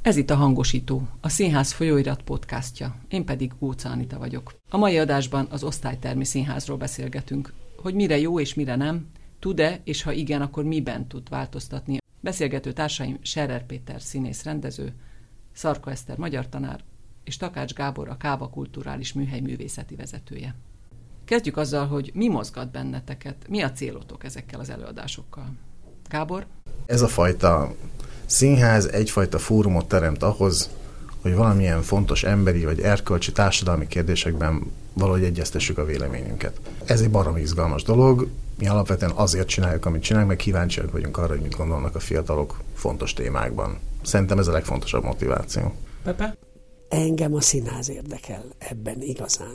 Ez itt a Hangosító, a Színház folyóirat podcastja, én pedig Gócz Anita vagyok. A mai adásban az Osztálytermi Színházról beszélgetünk, hogy mire jó és mire nem, tud-e, és ha igen, akkor miben tud változtatni. Beszélgető társaim Scherer Péter színész-rendező, Szarka Eszter magyar tanár, és Takács Gábor a Káva Kulturális Műhely művészeti vezetője. Kezdjük azzal, hogy mi mozgat benneteket, mi a célotok ezekkel az előadásokkal. Gábor? Ez a fajta színház egyfajta fórumot teremt ahhoz, hogy valamilyen fontos emberi vagy erkölcsi társadalmi kérdésekben valahogy egyeztessük a véleményünket. Ez egy baromi izgalmas dolog, mi alapvetően azért csináljuk, amit csinálunk, meg kíváncsiak vagyunk arra, hogy mit gondolnak a fiatalok fontos témákban. Szerintem ez a legfontosabb motiváció. Pepe? Engem a színház érdekel ebben igazán.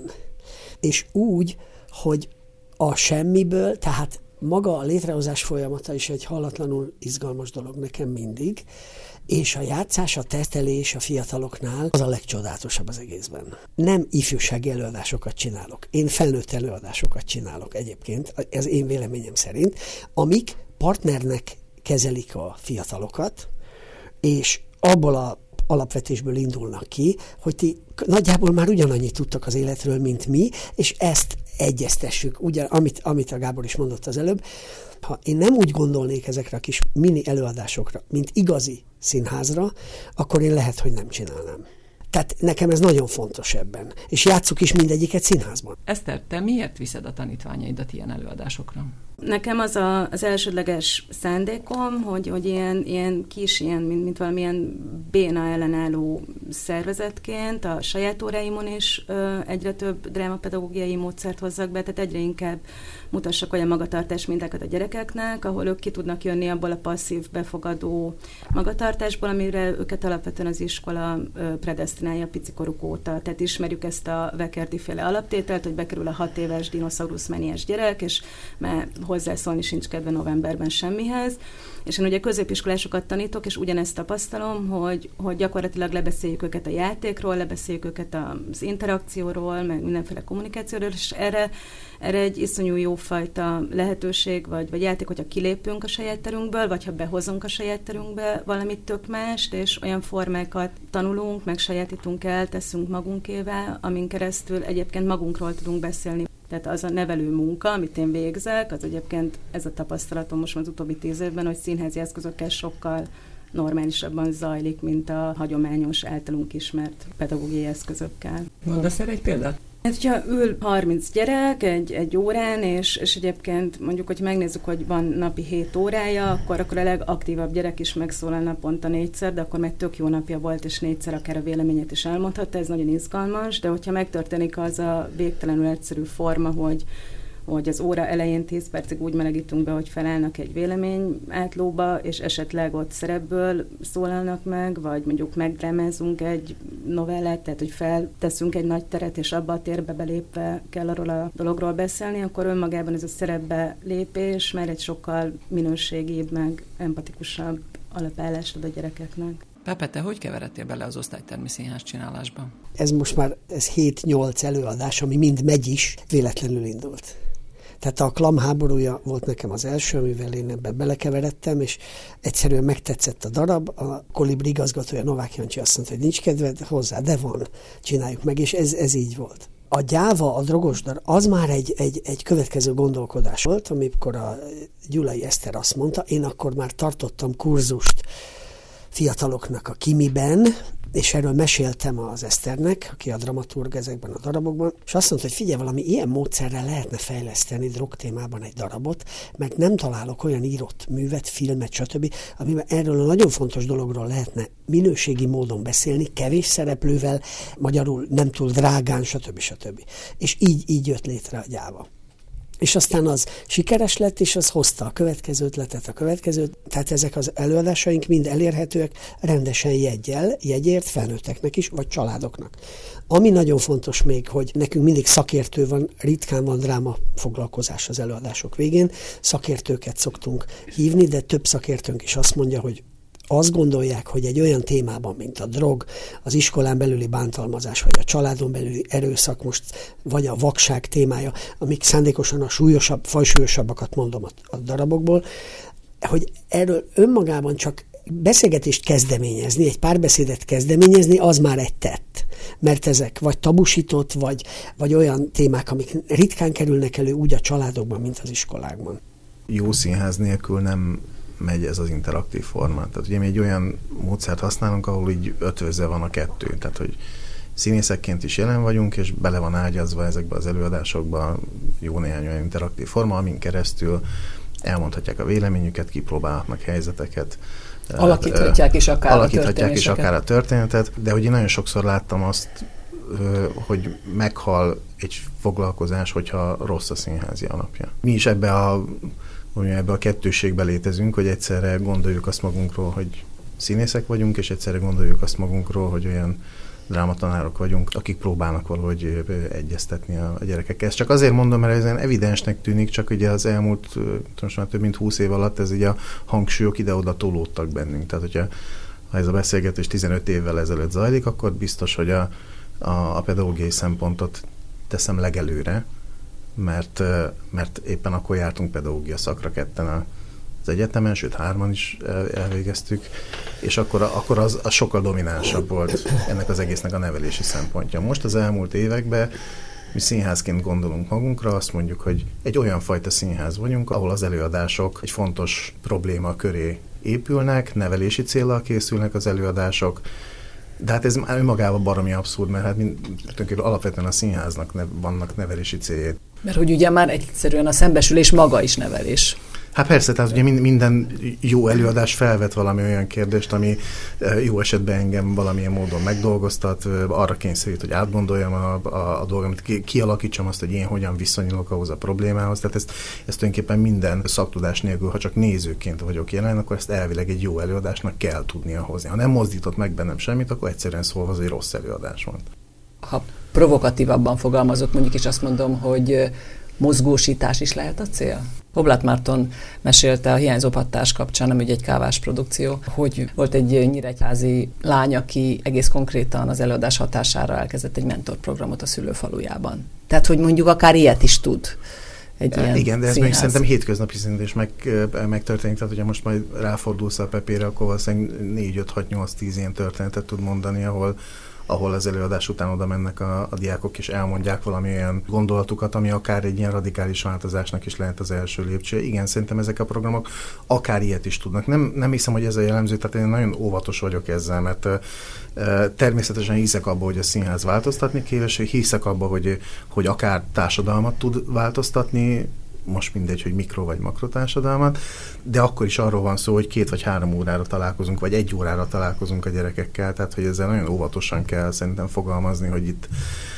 És úgy, hogy a semmiből, tehát maga a létrehozás folyamata is egy hallatlanul izgalmas dolog nekem mindig, és a játszás, a tesztelés a fiataloknál az a legcsodálatosabb az egészben. Nem ifjúsági előadásokat csinálok. Én felnőtt előadásokat csinálok egyébként, ez én véleményem szerint, amik partnernek kezelik a fiatalokat, és abból a alapvetésből indulnak ki, hogy ti nagyjából már ugyanannyit tudtak az életről, mint mi, és ezt egyeztessük, amit a Gábor is mondott az előbb. Ha én nem úgy gondolnék ezekre a kis mini előadásokra, mint igazi színházra, akkor én lehet, hogy nem csinálnám. Tehát nekem ez nagyon fontos ebben. És játsszuk is mindegyiket színházban. Eszter, te miért viszed a tanítványaidat ilyen előadásokra? Nekem az elsődleges szándékom, hogy ilyen kis, mint valamilyen béna ellenálló szervezetként a saját óráimon is egyre több drámapedagógiai módszert hozzak be, tehát egyre inkább mutassak olyan magatartás mintákat a gyerekeknek, ahol ők ki tudnak jönni abból a passzív, befogadó magatartásból, amire őket alapvetően az iskola predesztinálja picikoruk óta. Tehát ismerjük ezt a Vekerdi-féle alaptételt, hogy bekerül a 6 éves dinoszauruszmániás gyerek, és már hozzászólni sincs kedve novemberben semmihez. És én ugye középiskolásokat tanítok, és ugyanezt tapasztalom, hogy gyakorlatilag lebeszéljük őket a játékról, lebeszéljük őket az interakcióról, meg mindenféle kommunikációról, és erre egy iszonyú jófajta lehetőség, vagy játék, hogyha kilépünk a saját terünkből, vagy ha behozunk a saját terünkbe valamit tök mást, és olyan formákat tanulunk, meg sajátítunk el, teszünk magunkévá, amin keresztül egyébként magunkról tudunk beszélni. Tehát az a nevelő munka, amit én végzek, az egyébként ez a tapasztalatom most az utóbbi 10 évben, hogy színházi eszközökkel sokkal normálisabban zajlik, mint a hagyományos, általunk ismert pedagógiai eszközökkel. Mondasz erre egy példát? Hát, hogyha ül 30 gyerek egy órán, és egyébként mondjuk, hogy megnézzük, hogy van napi 7 órája, akkor a legaktívabb gyerek is megszólal naponta 4-szer, de akkor meg tök jó napja volt, és 4-szer akár a véleményét is elmondhatta, ez nagyon izgalmas, de hogyha megtörténik az a végtelenül egyszerű forma, hogy az óra elején 10 percig úgy melegítünk be, hogy felállnak egy vélemény átlóba, és esetleg ott szerepből szólalnak meg, vagy mondjuk megdrámázunk egy novellát, tehát hogy felteszünk egy nagy teret, és abba a térbe belépve kell arról a dologról beszélni, akkor önmagában ez a szerepbe lépés már egy sokkal minőségibb, meg empatikusabb alapállást ad a gyerekeknek. Pepe, te hogy keveredtél bele az Osztálytermi Színház csinálásba? Ez most már 7-8 előadás, ami mind megy is, véletlenül indult. Tehát a Klam háborúja volt nekem az első, amivel én ebben belekeveredtem, és egyszerűen megtetszett a darab. A Kolibri igazgatója, Novák Jancsi azt mondta, hogy nincs kedved hozzá, de van, csináljuk meg, és ez így volt. A gyáva, a drogos darab, az már egy következő gondolkodás volt, amikor a Gyulai Eszter azt mondta, én akkor már tartottam kurzust fiataloknak a Kimiben, és erről meséltem az Eszternek, aki a dramaturg ezekben a darabokban, és azt mondta, hogy figyelj, valami ilyen módszerrel lehetne fejleszteni drogtémában egy darabot, mert nem találok olyan írott művet, filmet, stb., amiben erről a nagyon fontos dologról lehetne minőségi módon beszélni, kevés szereplővel, magyarul nem túl drágán, stb. És így jött létre a gyáva. És aztán az sikeres lett, és az hozta a következő ötletet, tehát ezek az előadásaink mind elérhetőek rendesen jegyért felnőtteknek is, vagy családoknak. Ami nagyon fontos még, hogy nekünk mindig szakértő van, ritkán van dráma foglalkozás az előadások végén, szakértőket szoktunk hívni, de több szakértőnk is azt mondja, hogy azt gondolják, hogy egy olyan témában, mint a drog, az iskolán belüli bántalmazás, vagy a családon belüli erőszak most, vagy a vakság témája, amik szándékosan a fajsúlyosabbakat mondom a darabokból, hogy erről önmagában csak beszélgetést kezdeményezni, egy párbeszédet kezdeményezni, az már egy tett. Mert ezek vagy tabusított, vagy olyan témák, amik ritkán kerülnek elő úgy a családokban, mint az iskolákban. Jó színház nélkül nem megy ez az interaktív formát. Tehát ugye mi egy olyan módszert használunk, ahol így ötvözve van a kettő. Tehát, hogy színészekként is jelen vagyunk, és bele van ágyazva ezekbe az előadásokba jó néhány olyan interaktív forma, amin keresztül elmondhatják a véleményüket, kipróbálhatnak helyzeteket. Alakíthatják is akár a történetet, de hogy én nagyon sokszor láttam azt, hogy meghal egy foglalkozás, hogyha rossz a színházi alapja. Mi is ebbe a kettősségbe létezünk, hogy egyszerre gondoljuk azt magunkról, hogy színészek vagyunk, és egyszerre gondoljuk azt magunkról, hogy olyan drámatanárok vagyunk, akik próbálnak valahogy egyeztetni a gyerekekkel. Ezt csak azért mondom, mert ez olyan evidensnek tűnik, csak ugye az elmúlt, most már több mint 20 év alatt ez ugye a hangsúlyok ide-oda tolódtak bennünk. Tehát, hogyha ez a beszélgetés 15 évvel ezelőtt zajlik, akkor biztos, hogy a pedagógiai szempontot teszem legelőre, mert éppen akkor jártunk pedagógia szakra ketten az egyetemen, sőt 3-an is elvégeztük, és akkor az sokkal dominánsabb volt ennek az egésznek a nevelési szempontja. Most az elmúlt években mi színházként gondolunk magunkra, azt mondjuk, hogy egy olyan fajta színház vagyunk, ahol az előadások egy fontos probléma köré épülnek, nevelési céllal készülnek az előadások, de hát ez önmagában baromi abszurd, mert hát tulajdonképpen alapvetően a színháznak vannak nevelési céljai. Mert hogy ugye már egyszerűen a szembesülés maga is nevelés. Hát persze, tehát ugye minden jó előadás felvet valami olyan kérdést, ami jó esetben engem valamilyen módon megdolgoztat, arra kényszerít, hogy átgondoljam a dolgomat, kialakítsam azt, hogy én hogyan viszonyulok ahhoz a problémához. Tehát ezt tulajdonképpen minden szaktudás nélkül, ha csak nézőként vagyok jelen, akkor ezt elvileg egy jó előadásnak kell tudnia hozni. Ha nem mozdított meg bennem semmit, akkor egyszerűen szólva az egy rossz előadás volt. Ha provokatívabban fogalmazok, mondjuk is azt mondom, hogy mozgósítás is lehet a cél? Oblát Márton mesélte a Hiányzó pattárs kapcsán, ami egy kávás produkció, hogy volt egy nyíregyházi lány, aki egész konkrétan az előadás hatására elkezdett egy mentorprogramot a szülőfalujában. Tehát, hogy mondjuk akár ilyet is tud egy ilyen igen, de ez még színház. szerintem hétköznapi szinten is megtörténik. Tehát, hogyha most majd ráfordulsz a Pepére, akkor valószínűleg 4-5-6-8-10 ilyen történetet tud mondani, ahol az előadás után oda mennek a diákok, és elmondják valami olyan gondolatukat, ami akár egy ilyen radikális változásnak is lehet az első lépcső. Igen, szerintem ezek a programok akár ilyet is tudnak. Nem hiszem, hogy ez a jellemző, tehát én nagyon óvatos vagyok ezzel, mert természetesen hiszek abba, hogy a színház változtatni képes, hiszek abba, hogy akár társadalmat tud változtatni, most mindegy, hogy mikro vagy makrotársadalmat, de akkor is arról van szó, hogy 2 vagy 3 órára találkozunk, vagy 1 órára találkozunk a gyerekekkel, tehát hogy ezzel nagyon óvatosan kell szerintem fogalmazni, hogy itt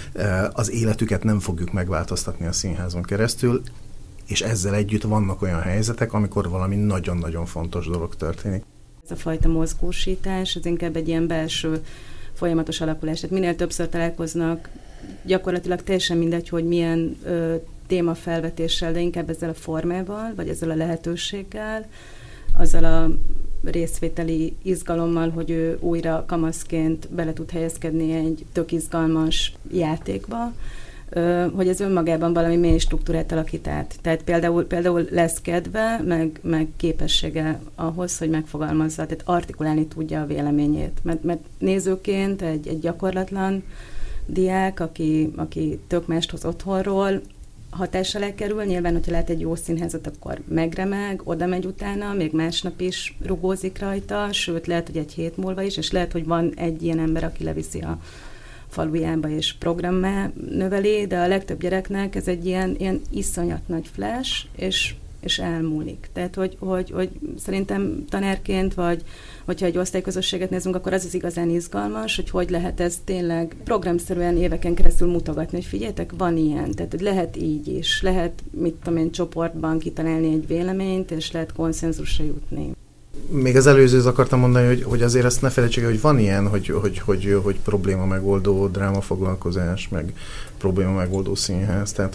az életüket nem fogjuk megváltoztatni a színházon keresztül, és ezzel együtt vannak olyan helyzetek, amikor valami nagyon-nagyon fontos dolog történik. Ez a fajta mozgósítás, ez inkább egy ilyen belső folyamatos alakulás. Tehát minél többször találkoznak, gyakorlatilag teljesen mindegy, hogy milyen témafelvetéssel, de inkább ezzel a formával, vagy ezzel a lehetőséggel, azzal a részvételi izgalommal, hogy ő újra kamaszként bele tud helyezkedni egy tök izgalmas játékba, hogy ez önmagában valami mély struktúrát alakít át. Tehát például lesz kedve, meg képessége ahhoz, hogy megfogalmazza, tehát artikulálni tudja a véleményét. Mert nézőként egy gyakorlatlan diák, aki tök mást hoz otthonról, hatással elkerül, nyilván, hogyha lát egy jó színházat, akkor megremeg, oda megy utána, még másnap is rugózik rajta, sőt, lehet, hogy egy hét múlva is, és lehet, hogy van egy ilyen ember, aki leviszi a falujába és programmá növeli, de a legtöbb gyereknek ez egy ilyen iszonyat nagy flash, és elmúlik. Tehát, hogy szerintem tanárként, vagy hogyha egy osztályközösséget nézünk, akkor az igazán izgalmas, hogy lehet ez tényleg programszerűen éveken keresztül mutogatni, hogy figyeljetek, van ilyen, tehát hogy lehet így is, lehet, mit tudom én, csoportban kitalálni egy véleményt, és lehet konszenzusra jutni. Még az előzőhöz akartam mondani, hogy azért azt ne felejtsék, hogy van ilyen, hogy probléma megoldó drámafoglalkozás, meg probléma megoldó színház, tehát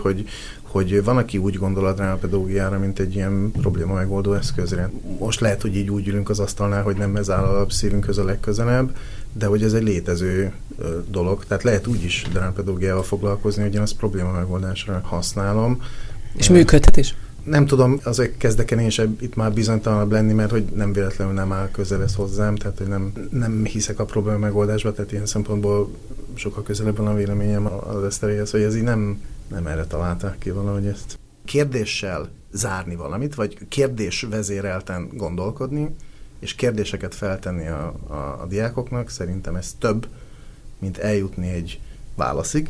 hogy van, aki úgy gondol a drámapedagógiára, mint egy ilyen probléma megoldó eszközre. Most lehet, hogy így úgy ülünk az asztalnál, hogy nem ez áll a szívünkhöz a legközelebb, de hogy ez egy létező dolog, tehát lehet úgy is drámapedagógiával foglalkozni, hogy én azt probléma megoldásra használom. És működhet is? Nem tudom, azért kezdek én is itt már bizonytalanabb lenni, mert hogy nem véletlenül nem áll közel ez hozzám, tehát hogy nem hiszek a probléma megoldásba, tehát ilyen szempontból sokkal közelebb van a véleményem az Eszteréhez, hogy ez így nem erre találták ki valahogy ezt. Kérdéssel zárni valamit, vagy kérdés vezérelten gondolkodni, és kérdéseket feltenni a diákoknak, szerintem ez több, mint eljutni egy válaszig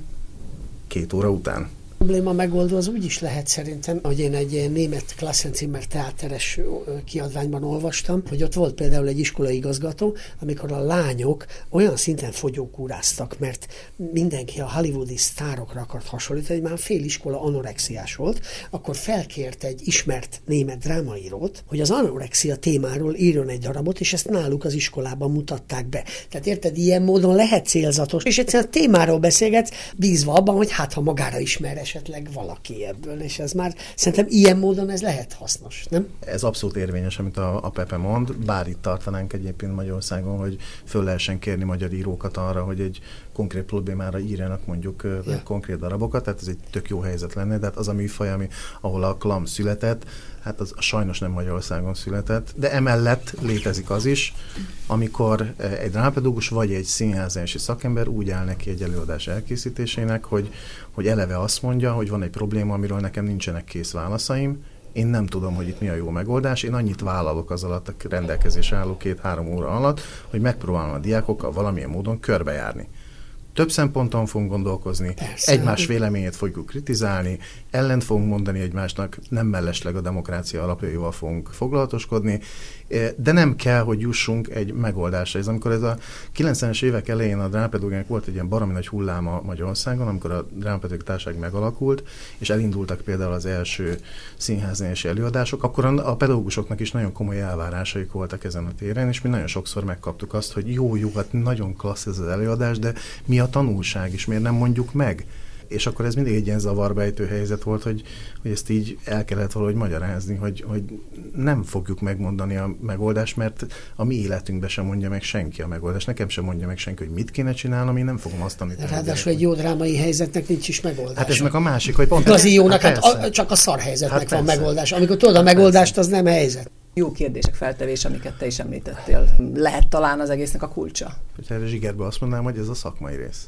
2 óra után. A probléma megoldó az úgy is lehet szerintem, hogy én egy német Klassenzimmer teáteres kiadványban olvastam, hogy ott volt például egy iskolai igazgató, amikor a lányok olyan szinten fogyókúráztak, mert mindenki a hollywoodi sztárokra akart hasonlítani, már fél iskola anorexiás volt, akkor felkért egy ismert német drámaírót, hogy az anorexia témáról írjon egy darabot, és ezt náluk az iskolában mutatták be. Tehát érted, ilyen módon lehet célzatos, és egyszerűen a témáról beszélgetsz, bízva abban, hogy hát ha magára ismer esetleg valaki ebből, és ez már szerintem ilyen módon ez lehet hasznos, nem? Ez abszolút érvényes, amit a Pepe mond, bár itt tartanánk egyébként Magyarországon, hogy föl lehessen kérni magyar írókat arra, hogy egy konkrét problémára írjanak mondjuk konkrét darabokat, tehát ez egy tök jó helyzet lenne, de hát az a műfaj, ahol a klam született, hát az sajnos nem Magyarországon született, de emellett létezik az is, amikor egy drámapedagógus vagy egy színházási szakember úgy áll neki egy előadás elkészítésének, hogy eleve azt mondja, hogy van egy probléma, amiről nekem nincsenek kész válaszaim, én nem tudom, hogy itt mi a jó megoldás, én annyit vállalok az alatt a rendelkezésre álló 2-3 óra alatt, hogy megpróbálom a diákokkal valamilyen módon körbejárni. Több szemponton fogunk gondolkozni, persze. Egymás véleményét fogjuk kritizálni, ellent fogunk mondani egymásnak, nem mellesleg a demokrácia alapjaival fogunk foglalatoskodni, de nem kell, hogy jussunk egy megoldásra. Ez amikor ez a 90-es évek elején a drámapedagógiának volt egy ilyen baromi nagy hulláma Magyarországon, amikor a drámapedagógiai társaság megalakult, és elindultak például az első színháznállási előadások, akkor a pedagógusoknak is nagyon komoly elvárásaik voltak ezen a téren, és mi nagyon sokszor megkaptuk azt, hogy jó, hát nagyon klassz ez az előadás, de mi a tanulság is, miért nem mondjuk meg? És akkor ez mindig egy ilyen zavarbejtő helyzet volt, hogy ezt így el kellett valahogy magyarázni, hogy nem fogjuk megmondani a megoldást, mert a mi életünkben sem mondja meg senki a megoldást. Nekem sem mondja meg senki, hogy mit kéne csinálnom, én nem fogom azt tanítani. Ráadásul egy jó drámai helyzetnek nincs is megoldás. Hát ez meg a másik, hogy pont... Az jónak, csak a szar helyzetnek van megoldás. Amikor tudod a megoldást, az nem helyzet. Jó kérdések feltevés, amiket te is említettél. Lehet talán az egésznek a kulcsa. Hogyha erre zsigerbe azt mondanám, hogy ez a szakmai rész.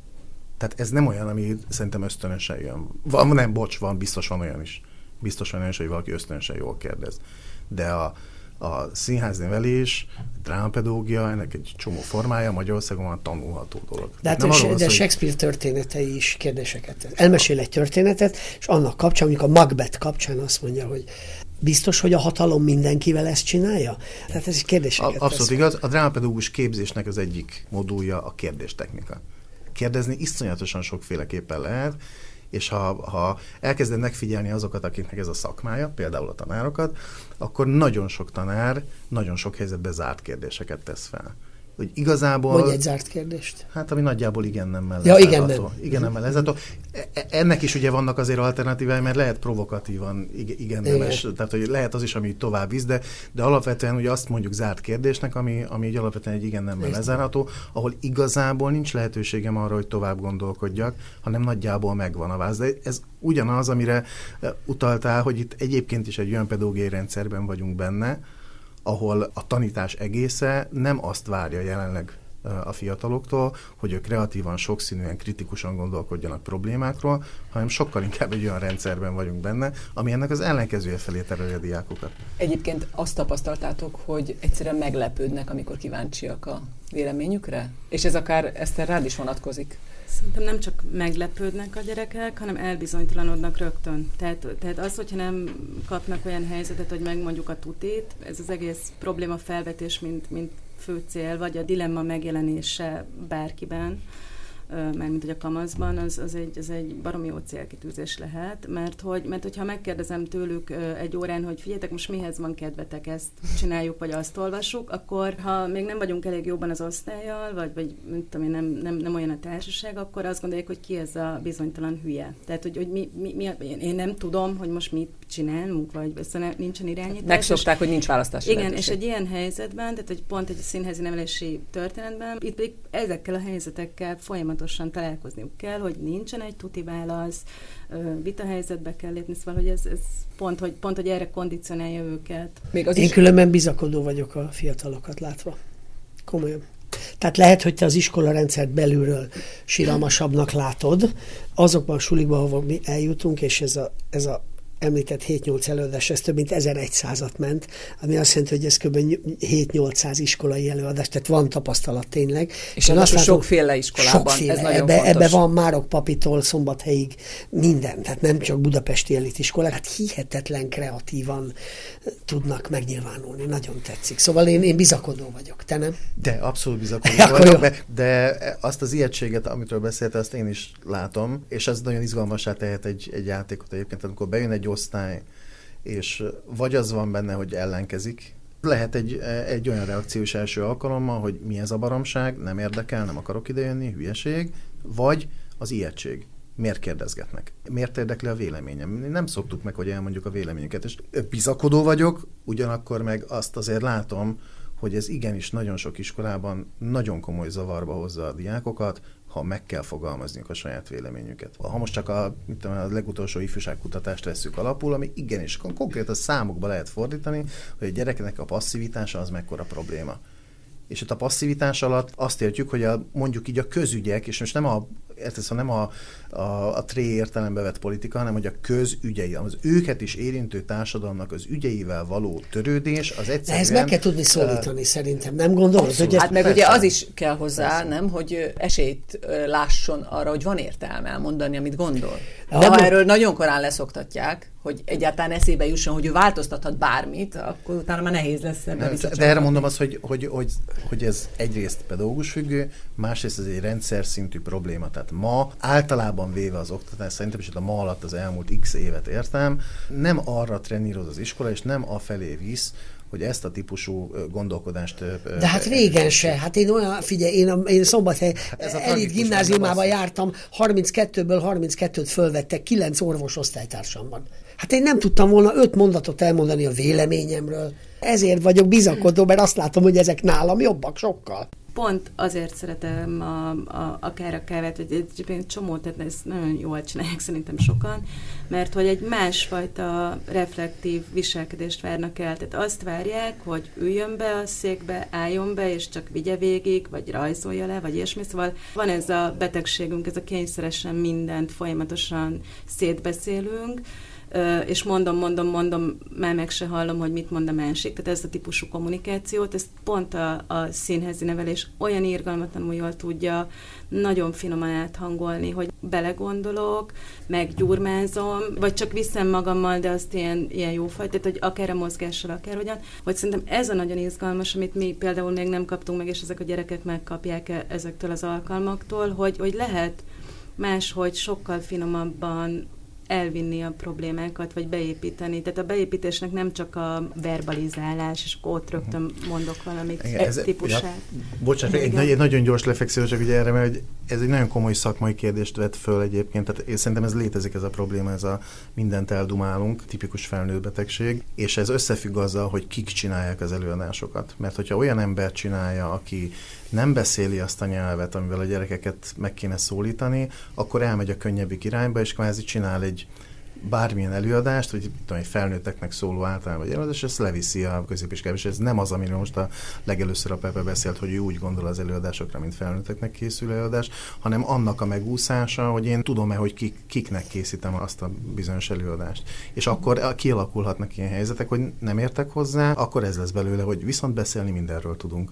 Tehát ez nem olyan, ami szerintem ösztönösen jön. Biztos van olyan is. Biztos van olyan is, hogy valaki ösztönösen jól kérdez. De a színháznevelés, drámapedagógia, ennek egy csomó formája Magyarországon van tanulható dolog. De Shakespeare történetei is kérdéseket. Elmesél egy történetet, és annak kapcsán, mondjuk a Macbeth kapcsán azt mondja, hogy biztos, hogy a hatalom mindenkivel ezt csinálja? Tehát ez is kérdéseket abszolút igaz. A drámapedagógus képzésnek az egyik modulja a kérdéstechnika. Kérdezni iszonyatosan sokféleképpen lehet, és ha elkezded megfigyelni azokat, akiknek ez a szakmája, például a tanárokat, akkor nagyon sok tanár nagyon sok helyzetben zárt kérdéseket tesz fel. Hogy igazából... Mondj egy zárt kérdést. Hát, ami nagyjából igen-nemmel lezárható. Igen-nemmel lezárható. Ennek is ugye vannak azért alternatívái, mert lehet provokatívan igen-nemes, tehát hogy lehet az is, ami tovább visz, de alapvetően ugye azt mondjuk zárt kérdésnek, ami így alapvetően egy igen-nemmel lezárható, ahol igazából nincs lehetőségem arra, hogy tovább gondolkodjak, hanem nagyjából megvan a válasz. De ez ugyanaz, amire utaltál, hogy itt egyébként is egy olyan pedagógiai rendszerben vagyunk benne, ahol a tanítás egésze nem azt várja jelenleg a fiataloktól, hogy ők kreatívan, sokszínűen, kritikusan gondolkodjanak problémákról, hanem sokkal inkább egy olyan rendszerben vagyunk benne, ami ennek az ellenkezője felé tereli a diákokat. Egyébként azt tapasztaltátok, hogy egyszerűen meglepődnek, amikor kíváncsiak a véleményükre? És ez akár Eszter rád is vonatkozik. Szerintem nem csak meglepődnek a gyerekek, hanem elbizonytalanodnak rögtön. Tehát az, hogyha nem kapnak olyan helyzetet, hogy megmondjuk a tutét, ez az egész probléma felvetés, mint fő cél, vagy a dilemma megjelenése bárkiben, mármint hogy a kamaszban, az egy baromi jó célkitűzés lehet, mert hogyha megkérdezem tőlük egy órán, hogy figyeljetek, most mihez van kedvetek, ezt csináljuk, vagy azt olvassuk, akkor ha még nem vagyunk elég jóban az osztállyal, vagy nem olyan a társaság, akkor azt gondolják, hogy ki ez a bizonytalan hülye. Tehát, hogy én nem tudom, hogy most mit csinálunk, vagy nincsen irányítás. Megszokták, hogy nincs választási igen, lehetőség. És egy ilyen helyzetben, tehát hogy pont egy színházi nevelési történetben, itt ezekkel a helyzetekkel folyamatosan folyamatosan találkozniuk kell, hogy nincsen egy tuti válasz, vitahelyzetbe kell lépni, szóval, hogy ez pont, hogy erre kondicionálja őket. Én különben bizakodó vagyok a fiatalokat látva. Komolyan. Tehát lehet, hogy te az iskolarendszert belülről siralmasabbnak látod, azokban a sulikban, ahol mi eljutunk, és ez a említett 7-8 előadás, ez több mint 1100-at ment, ami azt jelenti, hogy ez kb. 7-800 iskolai előadás, tehát van tapasztalat tényleg. És azt látom, sokféle iskolában, ez nagyon fontos. Ebbe van Márokpapitól Szombathelyig minden, tehát nem csak budapesti elitiskolák, hát hihetetlen kreatívan tudnak megnyilvánulni, nagyon tetszik. Szóval én bizakodó vagyok, te nem? De abszolút bizakodó vagyok, de azt az ijegységet, amitől beszélte, azt én is látom, és ez nagyon izgalmassá tehet egy játékot egyébként, amikor bejön egy osztály, és vagy az van benne, hogy ellenkezik, lehet egy olyan reakciós első alkalommal, hogy mi ez a baromság, nem érdekel, nem akarok idejönni, hülyeség, vagy az ijegység. Miért kérdezgetnek? Miért érdekli a véleményem? Nem szoktuk meg, hogy elmondjuk a véleményünket, és bizakodó vagyok, ugyanakkor meg azt azért látom, hogy ez igenis nagyon sok iskolában nagyon komoly zavarba hozza a diákokat, ha meg kell fogalmazniuk a saját véleményüket. Ha most csak a legutolsó ifjúságkutatást vesszük alapul, ami igenis konkrét a számokba lehet fordítani, hogy a gyereknek a passzivitása az mekkora probléma. És itt a passzivitás alatt azt értjük, hogy mondjuk így a közügyek, és most nem a tré értelembe vett politika, hanem hogy a közügyei, az őket is érintő társadalomnak az ügyeivel való törődés, az egyszerűen... Ez meg kell tudni szólítani szerintem, nem gondolod? Hogy hát meg ugye az is kell hozzá, nem, hogy esélyt lásson arra, hogy van értelme elmondani, amit gondol. De ha erről nagyon korán leszoktatják, hogy egyáltalán eszébe jusson, hogy ő változtathat bármit, akkor utána már nehéz lesz ebbe visszacsatolni. De erre mondom azt, hogy ez egyrészt pedagógus függő, másrészt ez egy rendszer szintű probléma. Tehát ma általában véve az oktatás, szerintem is a ma alatt az elmúlt x évet értem, nem arra treníroz az iskola, és nem afelé visz, hogy ezt a típusú gondolkodást... De hát régen se. Hát én Szombathely elit gimnáziumában jártam, 32-ből 32-t fölvettek, 9 orvososztálytársamban. Hát én nem tudtam volna 5 mondatot elmondani a véleményemről. Ezért vagyok bizakodó, mert azt látom, hogy ezek nálam jobbak sokkal. Pont azért szeretem akár a kávát, vagy egy csomót, tehát ezt nagyon jól csinálják szerintem sokan, mert hogy egy másfajta reflektív viselkedést várnak el. Tehát azt várják, hogy üljön be a székbe, álljon be, és csak vigye végig, vagy rajzolja le, vagy ilyesmi. Szóval van ez a betegségünk, ez a kényszeresen mindent folyamatosan szétbeszélünk, és mondom, már meg se hallom, hogy mit mond a másik. Tehát ez a típusú kommunikációt, ez pont a színházi nevelés olyan irgalmatlanul jól tudja nagyon finoman áthangolni, hogy belegondolok, meggyurmázom, vagy csak viszem magammal, de azt ilyen jófajta, tehát hogy akár a mozgással, akárhogyan, hogy szerintem ez a nagyon izgalmas, amit mi például még nem kaptunk meg, és ezek a gyerekek megkapják ezektől az alkalmaktól, hogy lehet máshogy sokkal finomabban elvinni a problémákat, vagy beépíteni. Tehát a beépítésnek nem csak a verbalizálás, és akkor ott rögtön mondok valamit típusát. Ja, bocsánat, egy nagyon gyors lefeksző, csak ugye erre, mert ez egy nagyon komoly szakmai kérdést vett föl egyébként, tehát én szerintem ez létezik, ez a probléma, ez a mindent eldumálunk, tipikus felnőtt betegség, és ez összefügg azzal, hogy kik csinálják az előadásokat. Mert hogyha olyan ember csinálja, aki nem beszéli azt a nyelvet, amivel a gyerekeket meg kéne szólítani, akkor elmegy a könnyebbik irányba, és kvázi csinál egy bármilyen előadást, vagy egy felnőtteknek szóló általában vagy előadást, és ezt leviszi a középiskába, és ez nem az, amiről most a legelőször a Pepe beszélt, hogy ő úgy gondol az előadásokra, mint felnőtteknek készül előadás, hanem annak a megúszása, hogy én tudom-e, hogy kiknek készítem azt a bizonyos előadást. És akkor kialakulhatnak ilyen helyzetek, hogy nem értek hozzá, akkor ez lesz belőle, hogy viszont beszélni mindenről tudunk.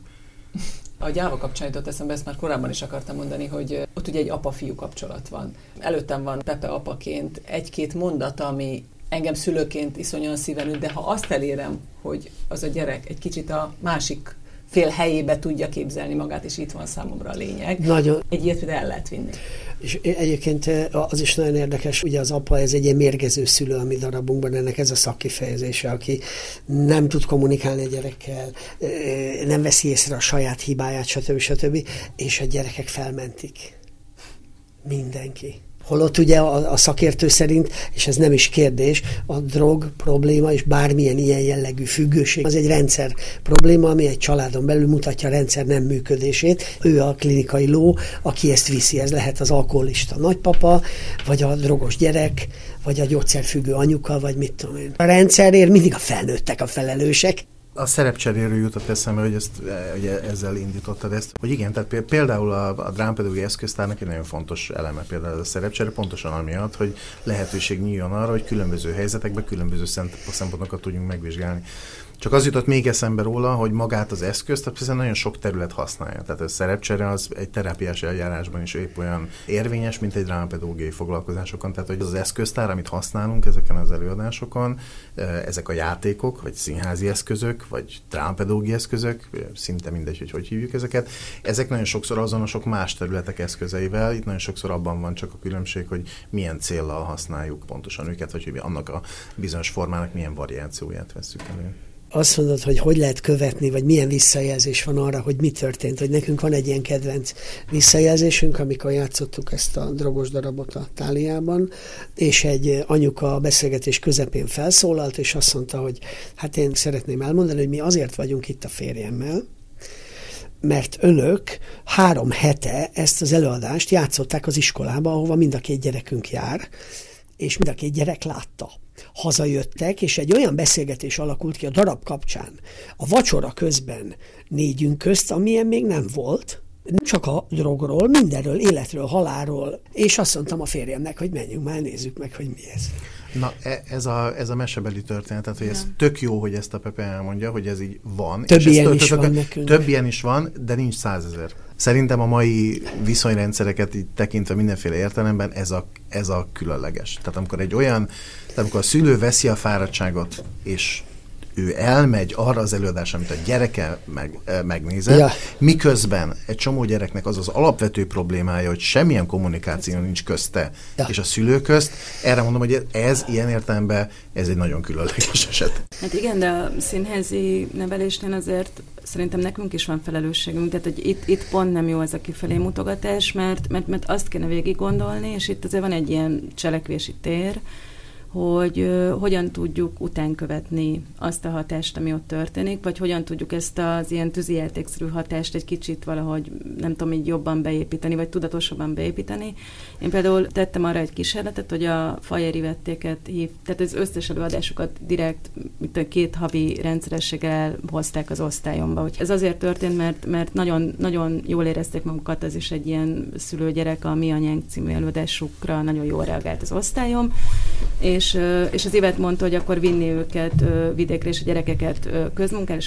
A gyáva kapcsán jutott eszembe, ezt már korábban is akartam mondani, hogy ott ugye egy apa-fiú kapcsolat van. Előttem van Pepe apaként egy-két mondat, ami engem szülőként iszonyan szíven üt, de ha azt elérem, hogy az a gyerek egy kicsit a másik fél helyébe tudja képzelni magát, és itt van számomra a lényeg. Nagyon. Egy ilyet el lehet vinni. És egyébként az is nagyon érdekes, ugye az apa, ez egy ilyen mérgező szülő a mi darabunkban, ennek ez a szakkifejezése, aki nem tud kommunikálni a gyerekkel, nem veszi észre a saját hibáját, stb. És a gyerekek felmentik. Mindenki. Holott ugye a szakértő szerint, és ez nem is kérdés, a drog probléma és bármilyen ilyen jellegű függőség az egy rendszer probléma, ami egy családon belül mutatja a rendszer nem működését. Ő a klinikai ló, aki ezt viszi. Ez lehet az alkoholista nagypapa, vagy a drogos gyerek, vagy a gyógyszerfüggő anyuka, vagy mit tudom én. A rendszerért mindig a felnőttek a felelősek. A szerepcseréről jutott eszembe, hogy ugye ezzel indítottad ezt, hogy igen, tehát például a drámapedagógiai eszköztárnak egy nagyon fontos eleme például a szerepcsere, pontosan amiatt, hogy lehetőség nyíljon arra, hogy különböző helyzetekben különböző szempontokat tudjunk megvizsgálni. Csak az jutott még eszembe róla, hogy magát az eszközt, hiszen nagyon sok terület használja. Tehát a szerepcsere az egy terápiás eljárásban is épp olyan érvényes, mint egy drámapedagógiai foglalkozásokon. Tehát, hogy az eszköztár, amit használunk ezeken az előadásokon, ezek a játékok, vagy színházi eszközök, vagy drámapedagógiai eszközök, szinte mindegy, hogy hívjuk ezeket, ezek nagyon sokszor azonosok más területek eszközeivel. Itt nagyon sokszor abban van csak a különbség, hogy milyen céllal használjuk pontosan őket, vagy hogy annak a bizonyos formának milyen variációját vesszük elő. Azt mondod, hogy lehet követni, vagy milyen visszajelzés van arra, hogy mi történt, hogy nekünk van egy ilyen kedvenc visszajelzésünk, amikor játszottuk ezt a drogos darabot a Táliában, és egy anyuka a beszélgetés közepén felszólalt, és azt mondta, hogy hát én szeretném elmondani, hogy mi azért vagyunk itt a férjemmel, mert önök 3 hete ezt az előadást játszották az iskolába, ahova mind a 2 gyerekünk jár, és mind a 2 gyerek látta. Hazajöttek, és egy olyan beszélgetés alakult ki a darab kapcsán, a vacsora közben 4 közt, amilyen még nem volt, csak a drogról, mindenről, életről, halálról, és azt mondtam a férjemnek, hogy menjünk már, nézzük meg, hogy mi ez. Na, ez a mesebeli történet, tehát, hogy ez tök jó, hogy ezt a Pepe elmondja, hogy ez így van. Több ilyen is van nekünk. Több ilyen is van, de nincs 100 000. Szerintem a mai viszonyrendszereket így tekintve mindenféle értelemben ez a különleges. Tehát amikor a szülő veszi a fáradtságot, és ő elmegy arra az előadásra, amit a gyereke megnézett, miközben egy csomó gyereknek az az alapvető problémája, hogy semmilyen kommunikáció nincs közte és a szülő közt. Erre mondom, hogy ez ilyen értelemben ez egy nagyon különleges eset. Hát igen, de a színházi nevelésnél azért szerintem nekünk is van felelősségünk, tehát hogy itt pont nem jó ez a kifelé mutogatás, mert azt kéne végig gondolni, és itt azért van egy ilyen cselekvési tér, hogy hogyan tudjuk utánkövetni azt a hatást, ami ott történik, vagy hogyan tudjuk ezt az ilyen tűzijátékszerű hatást egy kicsit valahogy, nem tudom, így jobban beépíteni, vagy tudatosabban beépíteni. Én például tettem arra egy kísérletet, hogy a Fajeri vettéket tehát az összes előadásokat direkt 2 havi rendszerességgel hozták az osztályomba. Hogy ez azért történt, mert nagyon, nagyon jól érezték magukat, ez is egy ilyen szülőgyerek, a Mi Anyánk című előadásukra nagyon jól reagált az osztályom, és az Ivet mondta, hogy akkor vinni őket vidékre, és a gyerekeket közmunkára,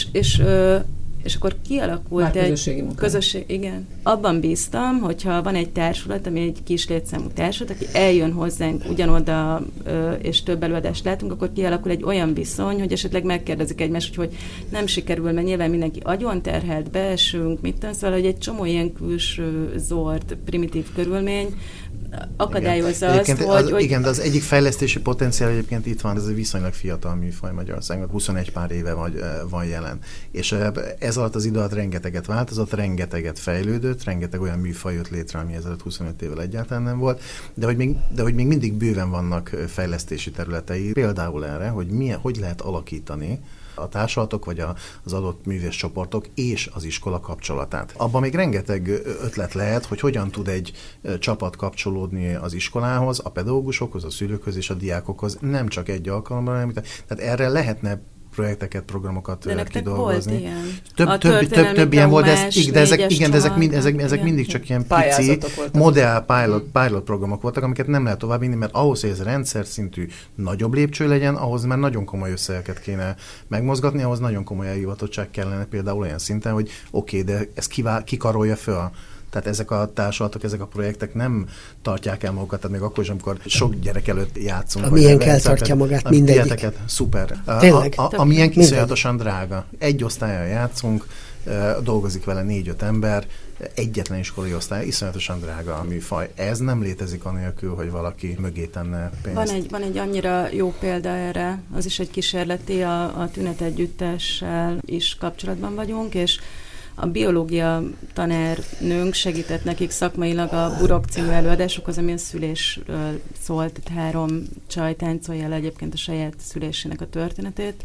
és akkor kialakult egy közösség, igen. Abban bíztam, hogyha van egy társulat, ami egy kis létszámú társulat, aki eljön hozzánk ugyanoda, és több előadást látunk, akkor kialakul egy olyan viszony, hogy esetleg megkérdezik egymást, hogy nem sikerül, mert nyilván mindenki agyon terhelt, beesünk, mit tudom, szóval, hogy egy csomó ilyen külső zord, primitív körülmény akadályozza azt, hogy... Igen, de az egyik fejlesztési potenciál egyébként itt van, ez egy viszonylag fiatal műfaj Magyarországon, 21 pár éve van jelen. És ez alatt az idő alatt rengeteget változott, rengeteget fejlődött, rengeteg olyan műfaj jött létre, ami ezelőtt 25 évvel egyáltalán nem volt, de hogy még mindig bőven vannak fejlesztési területei. Például erre, hogy lehet alakítani a társulatok, vagy az adott művészcsoportok és az iskola kapcsolatát. Abban még rengeteg ötlet lehet, hogy hogyan tud egy csapat kapcsolódni az iskolához, a pedagógusokhoz, a szülőkhöz és a diákokhoz, nem csak egy alkalommal, hanem tehát erre lehetne projekteket, programokat kidolgozni. Több ilyen volt, de ezek mindig csak ilyen pici modell pilot programok voltak, amiket nem lehet továbbvinni, mert ahhoz, hogy ez rendszer szintű nagyobb lépcső legyen, ahhoz már nagyon komoly összegeket kéne megmozgatni, ahhoz nagyon komoly elhivatottság kellene például olyan szinten, hogy oké, de ez kikarolja föl. Tehát ezek a társulatok, ezek a projektek nem tartják el magukat, tehát még akkor is, amikor sok gyerek előtt játszunk. Milyen tartja magát mindegyik. Szuper. Tényleg? Amilyen kiszonyatosan drága. Egy osztállyal játszunk, dolgozik vele 4-5 ember, egyetlen iskolai osztály, iszonyatosan drága a műfaj. Ez nem létezik anélkül, hogy valaki mögé tenne pénzt. Van egy annyira jó példa erre, az is egy kísérleti, a Tünet Együttessel is kapcsolatban vagyunk, és A biológia tanárnőnk segített nekik szakmailag a Burok című előadásukhoz, ami a szülésről szólt, 3 csaj táncolja el egyébként a saját szülésének a történetét,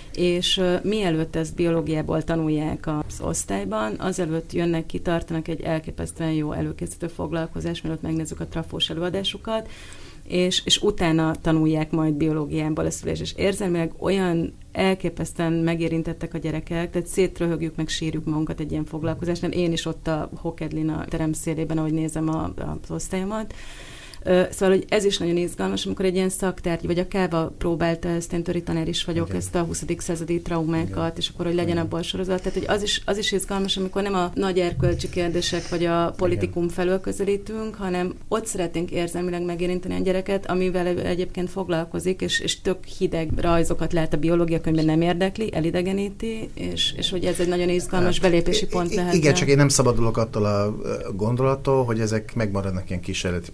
és mielőtt ezt biológiából tanulják az osztályban, azelőtt jönnek ki, tartanak egy elképesztően jó előkészítő foglalkozást, mielőtt megnézzük a trafós előadásukat, és utána tanulják majd biológiából a szülés, és érzelmileg olyan elképesztően megérintettek a gyerekek, tehát szétröhögjük, meg sírjuk magunkat egy ilyen foglalkozásnál. Én is ott a Hokedlin a terem szélében, ahogy nézem az osztályomat. Szóval, hogy ez is nagyon izgalmas, amikor egy ilyen szaktárgy, vagy a Káva próbálta ezt, én töri tanár is vagyok, ezt a 20. századi traumákat, és akkor, hogy legyen abból a sorozat. Tehát, hogy az is izgalmas, amikor nem a nagy erkölcsi kérdések, vagy a politikum felől közelítünk, hanem ott szeretnénk érzelmileg megérinteni a gyereket, amivel egyébként foglalkozik, és tök hideg rajzokat lát a biológia könyvben, nem érdekli, elidegeníti, és hogy ez egy nagyon izgalmas belépési pont lehet. Igen, csak én nem szabadulok attól a gondolattól, hogy ezek megmaradnak ilyen kísérleti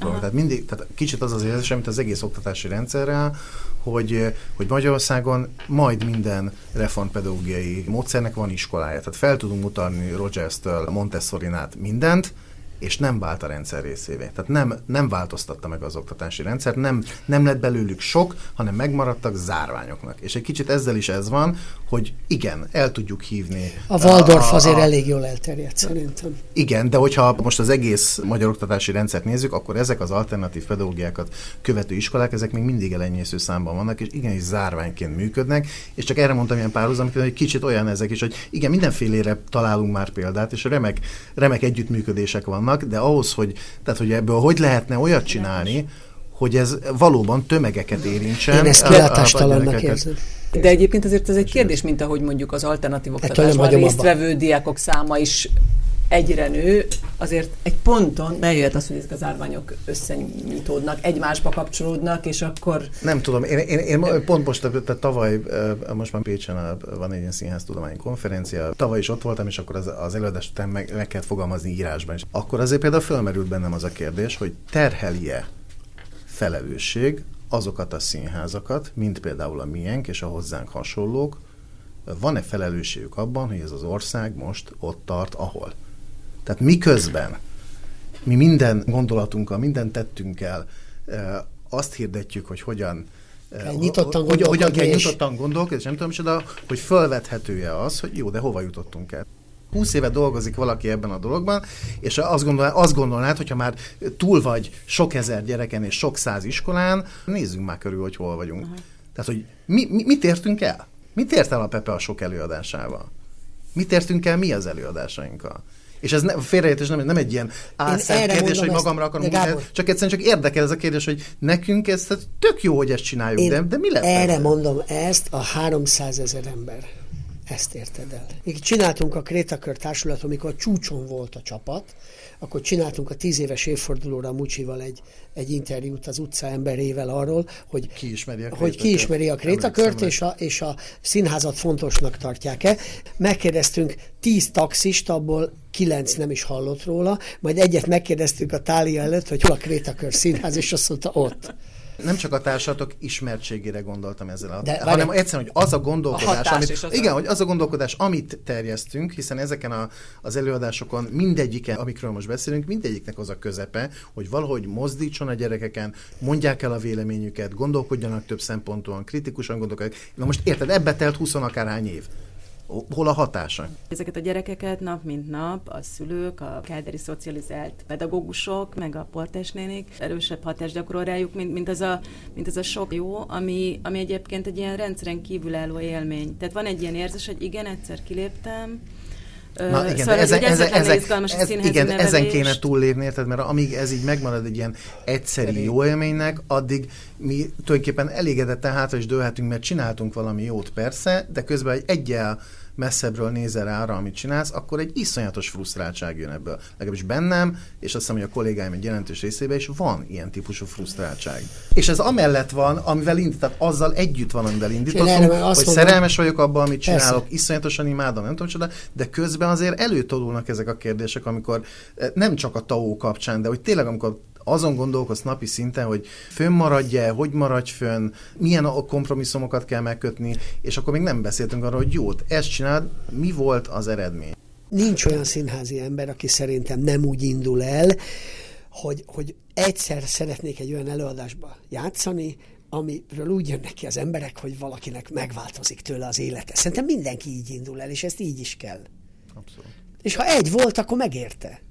tehát kicsit az érzés, mint az egész oktatási rendszerrel, hogy Magyarországon majd minden reformpedagógiai módszernek van iskolája. Tehát fel tudunk mutatni Rogers-től Montessorin át mindent, és nem vált a rendszer részévé. Tehát nem változtatta meg az oktatási rendszert, nem lett belőlük sok, hanem megmaradtak zárványoknak. És egy kicsit ezzel is ez van, hogy igen, el tudjuk hívni. A Waldorf azért elég jól elterjedt szerintem. Igen, de hogyha most az egész magyar oktatási rendszert nézzük, akkor ezek az alternatív pedagógiákat követő iskolák, ezek még mindig elenyésző számban vannak, és igenis zárványként működnek, és csak erre mondtam ilyen párhuzamként, hogy kicsit olyan ezek is, hogy igen, mindenfélére találunk már példát, és remek együttműködések vannak, de ahhoz, hogy ebből hogy lehetne olyat csinálni, hogy ez valóban tömegeket érintsen. Én ezt kilátástalannak érzem. De egyébként azért ez egy kérdés, mint ahogy mondjuk az alternatív oktatásban résztvevő diákok száma is egyre nő, azért egy ponton bejöhet az, hogy ezek az zárványok összenyitódnak, egymásba kapcsolódnak, és akkor... Nem tudom, én pont most tavaly, most már Pécsen van egy ilyen színháztudományi konferencia, tavaly is ott voltam, és akkor az előadás után meg kellett fogalmazni írásban is. Akkor azért például fölmerült bennem az a kérdés, hogy terheli-e felelősség azokat a színházakat, mint például a miénk és a hozzánk hasonlók, van-e felelősségük abban, hogy ez az ország most ott tart, ahol? Tehát miközben mi minden gondolatunkkal, minden tettünkkel azt hirdetjük, hogy hogyan kell nyitottan gondolkodni, és nem tudom, hogy fölvethető-e az, hogy jó, de hova jutottunk el. 20 éve dolgozik valaki ebben a dologban, és azt gondolnád, hogyha már túl vagy sok ezer gyereken és sok száz iskolán, nézzünk már körül, hogy hol vagyunk. Uh-huh. Tehát, hogy mit értünk el? Mit ért el a Pepe a sok előadásával? Mit értünk el mi az előadásainkkal? És ez félreértés nem egy ilyen álszent kérdés, hogy magamra akarom mondani, csak egyszerűen csak érdekel ez a kérdés, hogy nekünk ez tök jó, hogy ezt csináljuk, de mi lett? Erre mondom ezt a 300 000 ember. Ezt érted el. Még csináltunk a Krétakör Társulat, amikor csúcson volt a csapat, akkor csináltunk a 10 éves évfordulóra a Mucsival egy interjút az utca emberével arról, hogy ki ismeri a Krétakört, és a színházat fontosnak tartják-e. Megkérdeztünk 10 taxist, abból 9 nem is hallott róla, majd egyet megkérdeztünk a Tália előtt, hogy hol a Krétakör színház, és azt mondta ott. Nem csak a társatok ismertségére gondoltam ezzel, hanem egyszerűen, hogy az a gondolkodás, amit terjesztünk, hiszen ezeken az előadásokon mindegyiken, amikről most beszélünk, mindegyiknek az a közepe, hogy valahogy mozdítson a gyerekeken, mondják el a véleményüket, gondolkodjanak több szempontúan, kritikusan gondolkodjanak. Na most érted, ebbe telt 20 akárhány év. Hol a hatása? Ezeket a gyerekeket nap mint nap a szülők, a káderi szocializált pedagógusok, meg a portásnénik erősebb hatást gyakorol rájuk, mint az a sok jó, ami egyébként egy ilyen rendszeren kívülálló élmény. Tehát van egy ilyen érzés, hogy igen, egyszer kiléptem, Na igen, szóval ezen kéne túllépni, érted, mert amíg ez így megmarad egy ilyen egyszeri jó élménynek, addig mi tulajdonképpen elégedetten hátra is dőlhetünk, mert csináltunk valami jót persze, de közben egy egyel messzebbről nézel rá arra, amit csinálsz, akkor egy iszonyatos frusztráltság jön ebből. Legalábbis bennem, és azt hiszem, hogy a kollégáim egy jelentős részében is van ilyen típusú frusztráltság. És ez amellett van, amivel tehát azzal együtt van, amivel indítottunk, hogy szerelmes vagyok abban, amit csinálok, iszonyatosan imádom, nem tudom csoda, de közben azért előtolulnak ezek a kérdések, amikor nem csak a TAO kapcsán, de hogy tényleg amikor azon gondolkodsz napi szinten, hogy fönnmaradj-e, hogy maradj fönn, milyen kompromisszumokat kell megkötni, és akkor még nem beszéltünk arról, hogy jó, ezt csináld, mi volt az eredmény. Nincs olyan színházi ember, aki szerintem nem úgy indul el, hogy egyszer szeretnék egy olyan előadásba játszani, amiről úgy jönnek ki az emberek, hogy valakinek megváltozik tőle az élete. Szerintem mindenki így indul el, és ezt így is kell. Abszolút. És ha egy volt, akkor megérte.